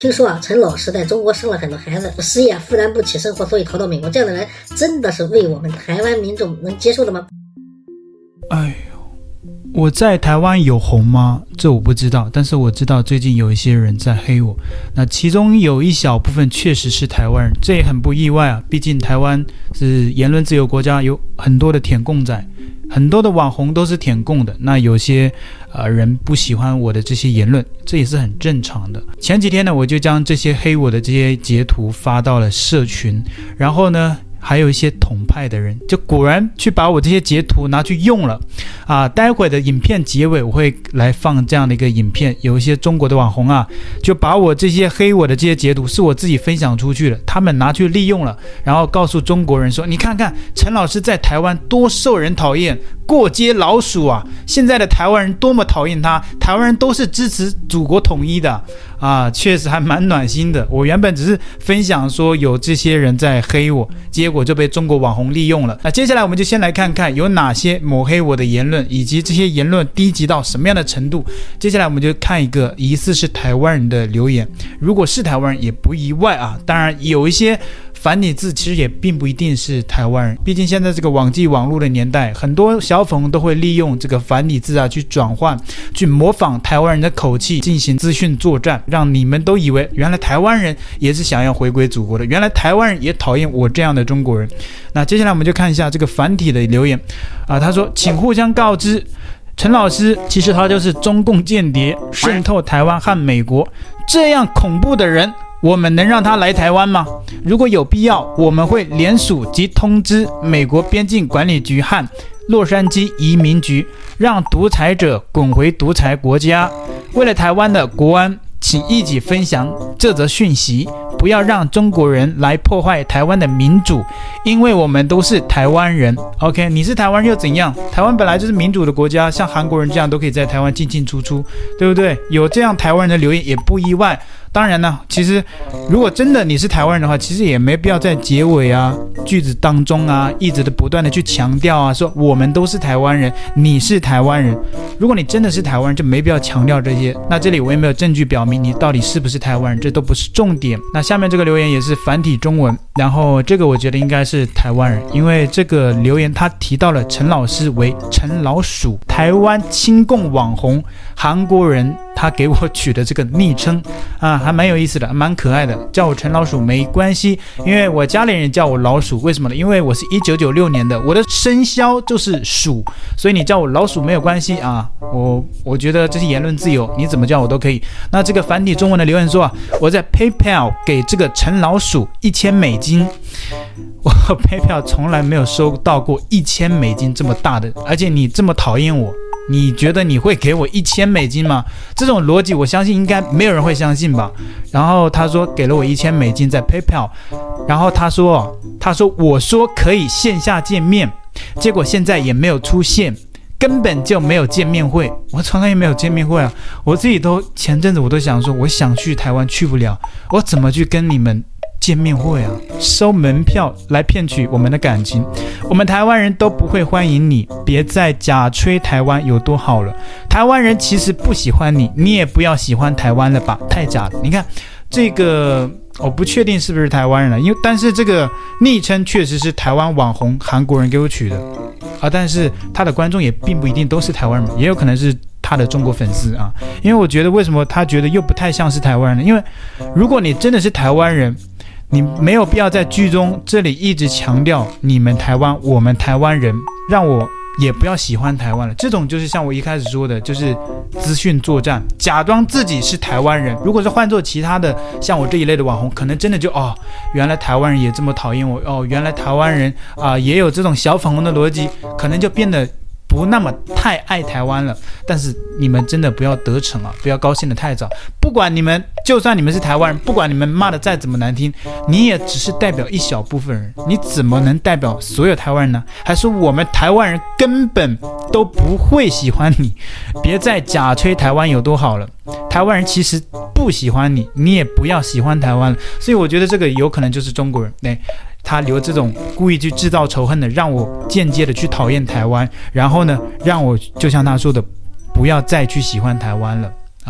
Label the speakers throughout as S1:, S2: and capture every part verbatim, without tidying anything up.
S1: 听说啊，陈老师在中国生了很多孩子，失业负担不起生活，所以逃到美国。这样的人真的是为我们台湾民众能接受的吗？
S2: 哎呦，我在台湾有红吗？这我不知道，但是我知道最近有一些人在黑我，那其中有一小部分确实是台湾人，这也很不意外啊，毕竟台湾是言论自由国家，有很多的舔共仔，很多的网红都是舔共的，那有些呃人不喜欢我的这些言论，这也是很正常的。前几天呢，我就将这些黑我的这些截图发到了社群，然后呢还有一些统派的人就果然去把我这些截图拿去用了啊！待会的影片结尾我会来放这样的一个影片，有一些中国的网红啊，就把我这些黑我的这些截图是我自己分享出去的，他们拿去利用了，然后告诉中国人说，你看看陈老师在台湾多受人讨厌，过街老鼠啊！现在的台湾人多么讨厌他，台湾人都是支持祖国统一的啊！确实还蛮暖心的。我原本只是分享说有这些人在黑我，结果就被中国网红利用了。那接下来我们就先来看看有哪些抹黑我的言论，以及这些言论低级到什么样的程度。接下来我们就看一个疑似是台湾人的留言，如果是台湾人也不意外啊。当然有一些繁体字其实也并不一定是台湾人，毕竟现在这个网际网络的年代，很多小粉红都会利用这个繁体字啊去转换，去模仿台湾人的口气进行资讯作战，让你们都以为原来台湾人也是想要回归祖国的，原来台湾人也讨厌我这样的中国人。那接下来我们就看一下这个繁体的留言啊，他说请互相告知陈老师其实他就是中共间谍，渗透台湾和美国，这样恐怖的人我们能让他来台湾吗？如果有必要，我们会联署及通知美国边境管理局和洛杉矶移民局，让独裁者滚回独裁国家。为了台湾的国安，请一起分享这则讯息，不要让中国人来破坏台湾的民主，因为我们都是台湾人。 OK， 你是台湾人又怎样？台湾本来就是民主的国家，像韩国人这样都可以在台湾进进出出，对不对？有这样台湾人的留言也不意外。当然呢，其实如果真的你是台湾人的话，其实也没必要在结尾啊句子当中啊一直的不断的去强调啊说我们都是台湾人，你是台湾人。如果你真的是台湾人，就没必要强调这些。那这里我也没有证据表明你到底是不是台湾人，这都不是重点。那下面这个留言也是繁体中文，然后这个我觉得应该是台湾人，因为这个留言他提到了陈老师为陈老鼠，台湾亲共网红，韩国人他给我取的这个昵称啊，还蛮有意思的，蛮可爱的，叫我陈老鼠没关系，因为我家里人叫我老鼠。为什么呢？因为我是一九九六年的，我的生肖就是鼠，所以你叫我老鼠没有关系啊。我我觉得这是言论自由，你怎么叫我都可以。那这个繁体中文的留言说啊，我在 PayPal 给这个陈老鼠一千美金，我 PayPal 从来没有收到过一千美金这么大的，而且你这么讨厌我，你觉得你会给我一千美金吗？这种逻辑我相信应该没有人会相信吧。然后他说给了我一千美金在 PayPal， 然后他说他说我说可以线下见面，结果现在也没有出现，根本就没有见面会。我从来也没有见面会啊，我自己都前阵子我都想说我想去台湾去不了，我怎么去跟你们见面会啊？收门票来骗取我们的感情，我们台湾人都不会欢迎你，别再假吹台湾有多好了。台湾人其实不喜欢你，你也不要喜欢台湾了吧，太假了。你看这个我不确定是不是台湾人了，因为但是这个昵称确实是台湾网红韩国人给我取的啊，但是他的观众也并不一定都是台湾人，也有可能是他的中国粉丝啊。因为我觉得为什么他觉得又不太像是台湾人呢？因为如果你真的是台湾人，你没有必要在剧中这里一直强调你们台湾我们台湾人，让我也不要喜欢台湾了。这种就是像我一开始说的，就是资讯作战，假装自己是台湾人。如果是换做其他的像我这一类的网红，可能真的就哦，原来台湾人也这么讨厌我，哦，原来台湾人啊、呃、也有这种小粉红的逻辑，可能就变得不那么太爱台湾了。但是你们真的不要得逞啊，不要高兴得太早。不管你们，就算你们是台湾人，不管你们骂的再怎么难听，你也只是代表一小部分人，你怎么能代表所有台湾人呢？还说我们台湾人根本都不会喜欢你，别再假吹台湾有多好了。台湾人其实不喜欢你，你也不要喜欢台湾了。所以我觉得这个有可能就是中国人，对，他留这种故意去制造仇恨的，让我间接的去讨厌台湾，然后呢，让我就像他说的，不要再去喜欢台湾了啊！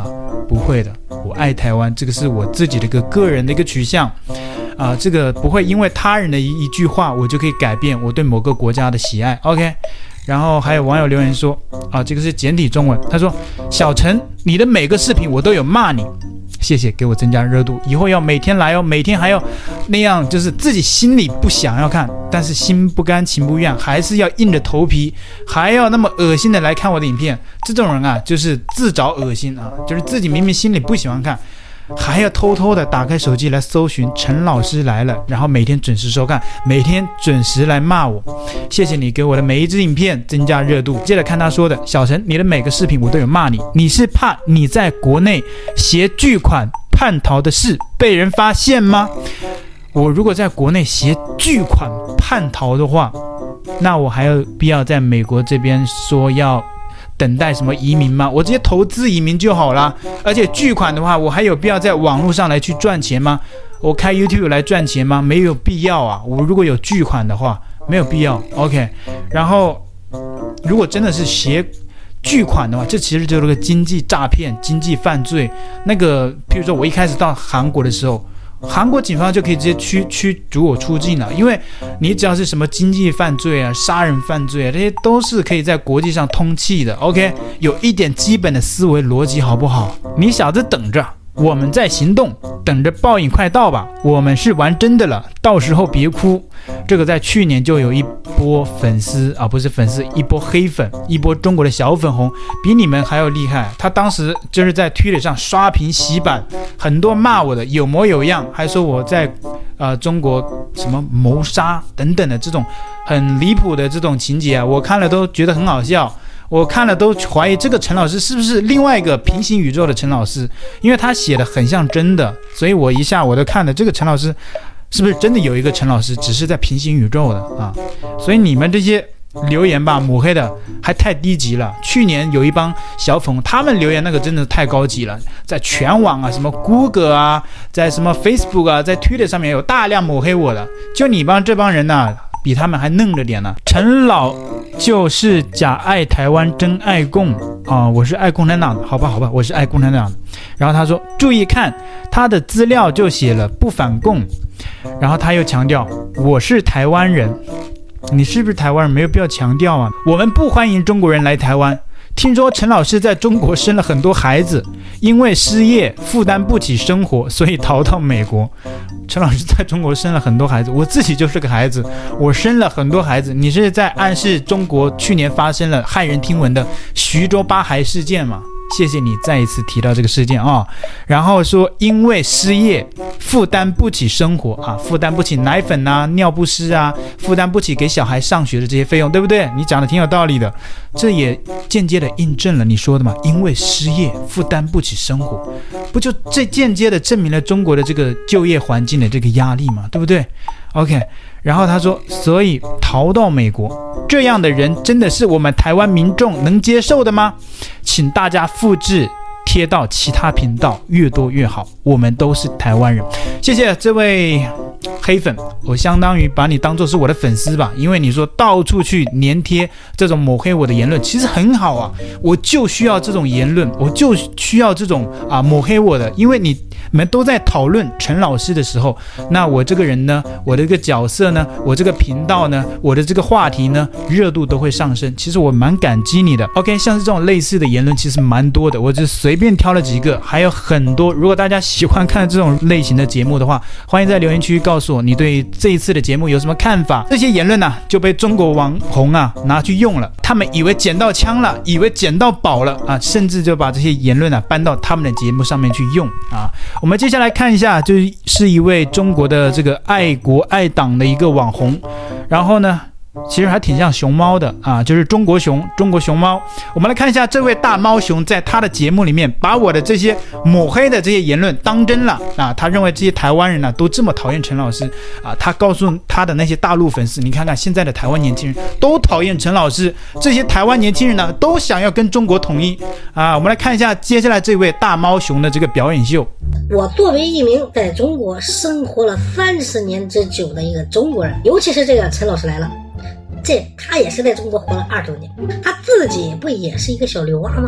S2: 不会的，我爱台湾，这个是我自己的一个个人的一个取向啊、呃，这个不会因为他人的一一句话我就可以改变我对某个国家的喜爱。 OK， 然后还有网友留言说啊，这个是简体中文，他说小陈，你的每个视频我都有骂你，谢谢，给我增加热度，以后要每天来哦，每天还要那样，就是自己心里不想要看，但是心不甘情不愿，还是要硬着头皮，还要那么恶心的来看我的影片。这种人啊，就是自找恶心啊，就是自己明明心里不喜欢看，还要偷偷的打开手机来搜寻陈老师来了，然后每天准时收看，每天准时来骂我。谢谢你给我的每一支影片增加热度。接着看他说的，小陈，你的每个视频我都有骂你，你是怕你在国内携巨款叛逃的事被人发现吗？我如果在国内携巨款叛逃的话，那我还有必要在美国这边说要等待什么移民吗？我直接投资移民就好了。而且巨款的话，我还有必要在网络上来去赚钱吗？我开 YouTube 来赚钱吗？没有必要啊。我如果有巨款的话，没有必要。 OK， 然后如果真的是携巨款的话，这其实就是个经济诈骗、经济犯罪。那个譬如说我一开始到韩国的时候，韩国警方就可以直接驱驱逐我出境了，因为你只要是什么经济犯罪啊、杀人犯罪啊，这些都是可以在国际上通缉的。 OK， 有一点基本的思维逻辑好不好？你小子等着，我们在行动，等着报应快到吧，我们是玩真的了，到时候别哭。这个在去年就有一波粉丝啊，不是粉丝，一波黑粉，一波中国的小粉红，比你们还要厉害。他当时就是在推特上刷屏洗版，很多骂我的有模有样，还说我在呃中国什么谋杀等等的这种很离谱的这种情节啊，我看了都觉得很好笑。我看了都怀疑这个陈老师是不是另外一个平行宇宙的陈老师，因为他写的很像真的，所以我一下我都看了这个陈老师是不是真的有一个陈老师，只是在平行宇宙的啊？所以你们这些留言吧抹黑的还太低级了。去年有一帮小粉他们留言那个真的太高级了，在全网啊，什么 Google 啊，在什么 Facebook 啊，在 Twitter 上面有大量抹黑我的，就你帮这帮人呐、啊，比他们还嫩着点呢。陈老就是假爱台湾真爱共啊、呃！我是爱共产党的，好吧好吧，我是爱共产党的。然后他说注意看他的资料就写了不反共，然后他又强调我是台湾人。你是不是台湾人没有必要强调啊？我们不欢迎中国人来台湾。听说陈老师在中国生了很多孩子，因为失业负担不起生活，所以逃到美国。陈老师在中国生了很多孩子，我自己就是个孩子，我生了很多孩子。你是在暗示中国去年发生了骇人听闻的徐州八孩事件吗？谢谢你再一次提到这个事件啊，然后说因为失业负担不起生活啊，负担不起奶粉啊、尿不湿啊，负担不起给小孩上学的这些费用，对不对？你讲的挺有道理的，这也间接的印证了你说的嘛，因为失业负担不起生活，不就这间接的证明了中国的这个就业环境的这个压力嘛，对不对？ OK， 然后他说所以逃到美国，这样的人真的是我们台湾民众能接受的吗？请大家复制贴到其他频道，越多越好，我们都是台湾人。谢谢这位黑粉，我相当于把你当作是我的粉丝吧，因为你说到处去粘贴这种抹黑我的言论，其实很好啊，我就需要这种言论，我就需要这种啊抹黑我的，因为你们都在讨论陈老师的时候，那我这个人呢，我的这个角色呢，我这个频道呢，我的这个话题呢，热度都会上升。其实我蛮感激你的。 OK， 像是这种类似的言论其实蛮多的，我只随便挑了几个，还有很多。如果大家喜欢看这种类型的节目的话，欢迎在留言区告诉我你对这一次的节目有什么看法。这些言论啊就被中国网红啊拿去用了，他们以为捡到枪了，以为捡到宝了啊，甚至就把这些言论啊搬到他们的节目上面去用啊。我们接下来看一下，就是一位中国的这个爱国爱党的一个网红，然后呢其实还挺像熊猫的啊，就是中国熊，中国熊猫。我们来看一下这位大猫熊在他的节目里面把我的这些抹黑的这些言论当真了啊，他认为这些台湾人呢、啊、都这么讨厌陈老师啊，他告诉他的那些大陆粉丝，你看看现在的台湾年轻人都讨厌陈老师，这些台湾年轻人呢都想要跟中国统一啊。我们来看一下接下来这位大猫熊的这个表演秀。
S1: 我作为一名在中国生活了三十年之久的一个中国人，尤其是这个陈老师来了，这他也是在中国活了二十多年，他自己不也是一个小流蛙吗？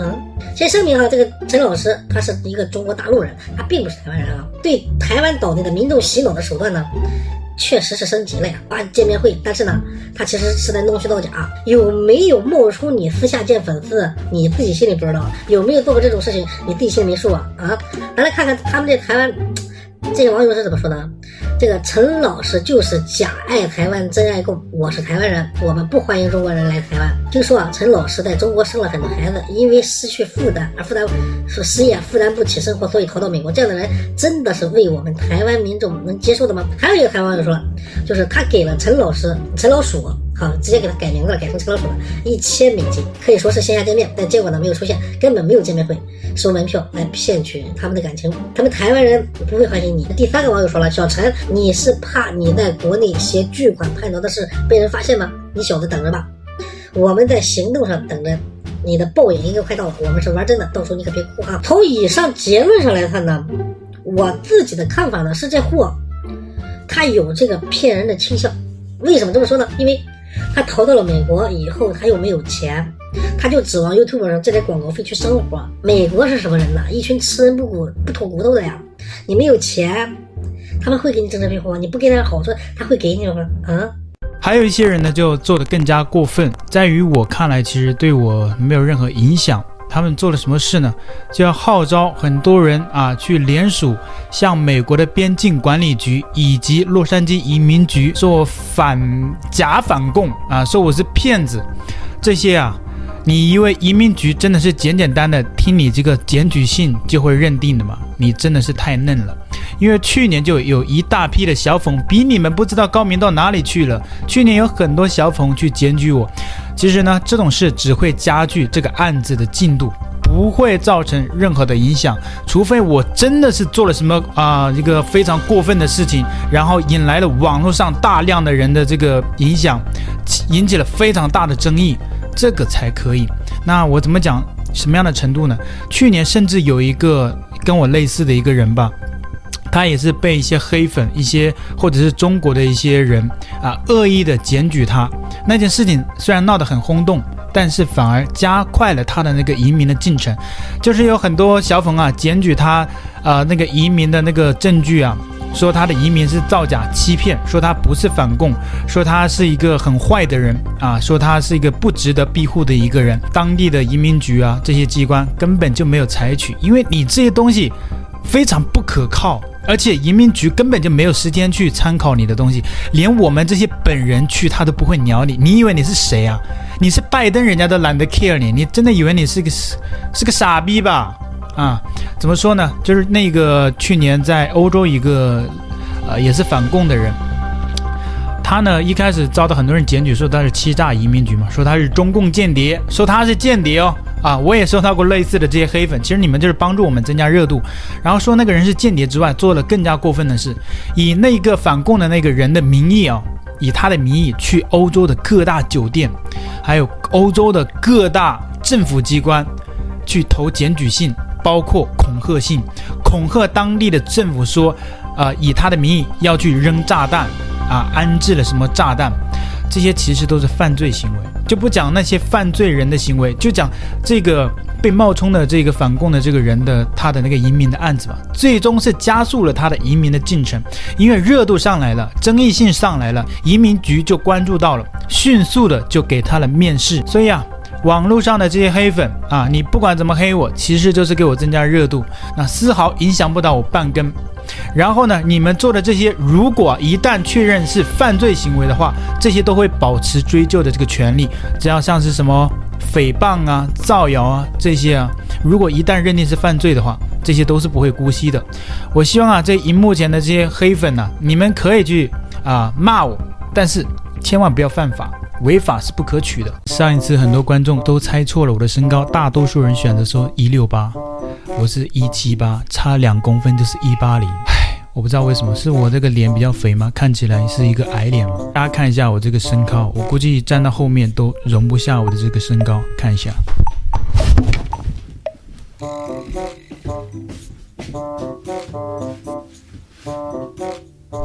S1: 嗯，先声明哈，这个陈老师他是一个中国大陆人，他并不是台湾人啊。对台湾岛内的民众洗脑的手段呢，确实是升级了呀，办见面会，但是呢，他其实是在弄虚造假。有没有冒充你私下见粉丝，你自己心里不知道；有没有做过这种事情，你自己心里没数啊？啊，咱来看看他们这台湾这些网友是怎么说的。这个陈老师就是假爱台湾真爱共，我是台湾人，我们不欢迎中国人来台湾。听说啊，陈老师在中国生了很多孩子，因为失去负担而负担说失业负担不起生活，所以逃到美国。这样的人真的是为我们台湾民众能接受的吗？还有一个台湾网友说了，就是他给了陈老师陈老鼠好，直接给他改名字了，改成陈老鼠了，一千美金，可以说是线下见面，但结果呢没有出现，根本没有见面会，收门票来骗取他们的感情，他们台湾人不会欢迎你。第三个网友说了，小陈，你是怕你在国内携巨款叛逃的事被人发现吗？你小子等着吧，我们在行动上等着，你的报应应该快到了，我们是玩真的，到时候你可别哭啊。从以上结论上来看呢，我自己的看法呢是这货他有这个骗人的倾向。为什么这么说呢？因为他逃到了美国以后，他又没有钱，他就指望 YouTube 上这点广告费去生活。美国是什么人呢？一群吃人不骨不吐骨头的呀！你没有钱，他们会给你政治庇护吗？你不给点好处，他会给你吗？啊？
S2: 还有一些人呢，就做得更加过分，在于我看来，其实对我没有任何影响。他们做了什么事呢？就要号召很多人啊，去联署向美国的边境管理局以及洛杉矶移民局说反假反共啊，说我是骗子。这些啊，你以为移民局真的是简简单的听你这个检举信就会认定的吗？你真的是太嫩了。因为去年就有一大批的小粉比你们不知道高明到哪里去了。去年有很多小粉去检举我，其实呢，这种事只会加剧这个案子的进度，不会造成任何的影响，除非我真的是做了什么啊、呃、一个非常过分的事情，然后引来了网络上大量的人的这个影响，引起了非常大的争议，这个才可以。那我怎么讲？什么样的程度呢？去年甚至有一个跟我类似的一个人吧，他也是被一些黑粉、一些或者是中国的一些人啊恶意的检举他。那件事情虽然闹得很轰动，但是反而加快了他的那个移民的进程。就是有很多小粉啊检举他呃那个移民的那个证据啊，说他的移民是造假欺骗，说他不是反共，说他是一个很坏的人啊，说他是一个不值得庇护的一个人。当地的移民局啊这些机关根本就没有采取，因为你这些东西非常不可靠，而且移民局根本就没有时间去参考你的东西，连我们这些本人去他都不会鸟你。你以为你是谁啊？你是拜登，人家都懒得 care 你，你真的以为你是个是个傻逼吧？啊，怎么说呢？就是那个去年在欧洲一个呃也是反共的人，他呢一开始遭到很多人检举，说他是欺诈移民局嘛，说他是中共间谍，说他是间谍哦。啊，我也收到过类似的这些黑粉，其实你们就是帮助我们增加热度。然后说那个人是间谍之外，做了更加过分的事，以那个反共的那个人的名义啊，以他的名义去欧洲的各大酒店，还有欧洲的各大政府机关去投检举信，包括恐吓信，恐吓当地的政府说，呃，以他的名义要去扔炸弹啊，安置了什么炸弹。这些其实都是犯罪行为，就不讲那些犯罪人的行为，就讲这个被冒充的这个反共的这个人的他的那个移民的案子吧，最终是加速了他的移民的进程，因为热度上来了，争议性上来了，移民局就关注到了，迅速的就给他了面试。所以啊，网络上的这些黑粉啊，你不管怎么黑我，其实就是给我增加热度，那丝毫影响不到我半根。然后呢，你们做的这些，如果一旦确认是犯罪行为的话，这些都会保持追究的这个权利。只要像是什么诽谤啊、造谣啊这些啊，如果一旦认定是犯罪的话，这些都是不会姑息的。我希望啊，这荧幕前的这些黑粉啊，你们可以去啊骂我，但是千万不要犯法。违法是不可取的。上一次很多观众都猜错了我的身高，大多数人选择说一六八，我是一七八，差两公分就是一八零。唉，我不知道为什么，是我这个脸比较肥吗？看起来是一个矮脸吗？大家看一下我这个身高，我估计站到后面都容不下我的这个身高，看一下。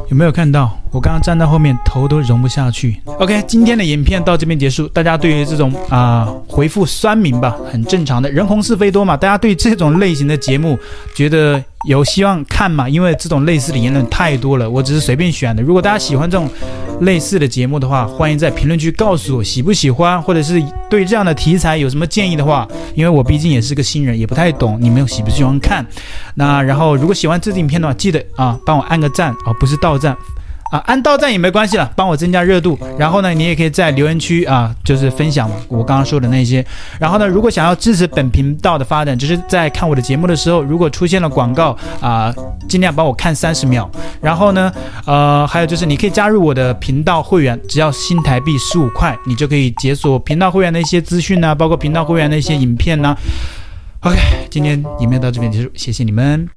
S2: 有没有看到？我刚刚站到后面，头都容不下去。OK， 今天的影片到这边结束。大家对于这种啊、呃、回复酸民吧，很正常的，人红是非多嘛。大家对这种类型的节目觉得有希望看嘛？因为这种类似的言论太多了，我只是随便选的。如果大家喜欢这种类似的节目的话，欢迎在评论区告诉我喜不喜欢，或者是对这样的题材有什么建议的话。因为我毕竟也是个新人，也不太懂你们喜不喜欢看。那然后如果喜欢这支影片的话，记得啊帮我按个赞哦，不是到赞。啊，按到赞也没关系了，帮我增加热度。然后呢，你也可以在留言区啊，就是分享我刚刚说的那些。然后呢，如果想要支持本频道的发展，就是在看我的节目的时候，如果出现了广告啊，尽量帮我看三十秒。然后呢，呃，还有就是你可以加入我的频道会员，只要新台币十五块，你就可以解锁频道会员的一些资讯啊，包括频道会员的一些影片啊。OK， 今天影片到这边结束，谢谢你们。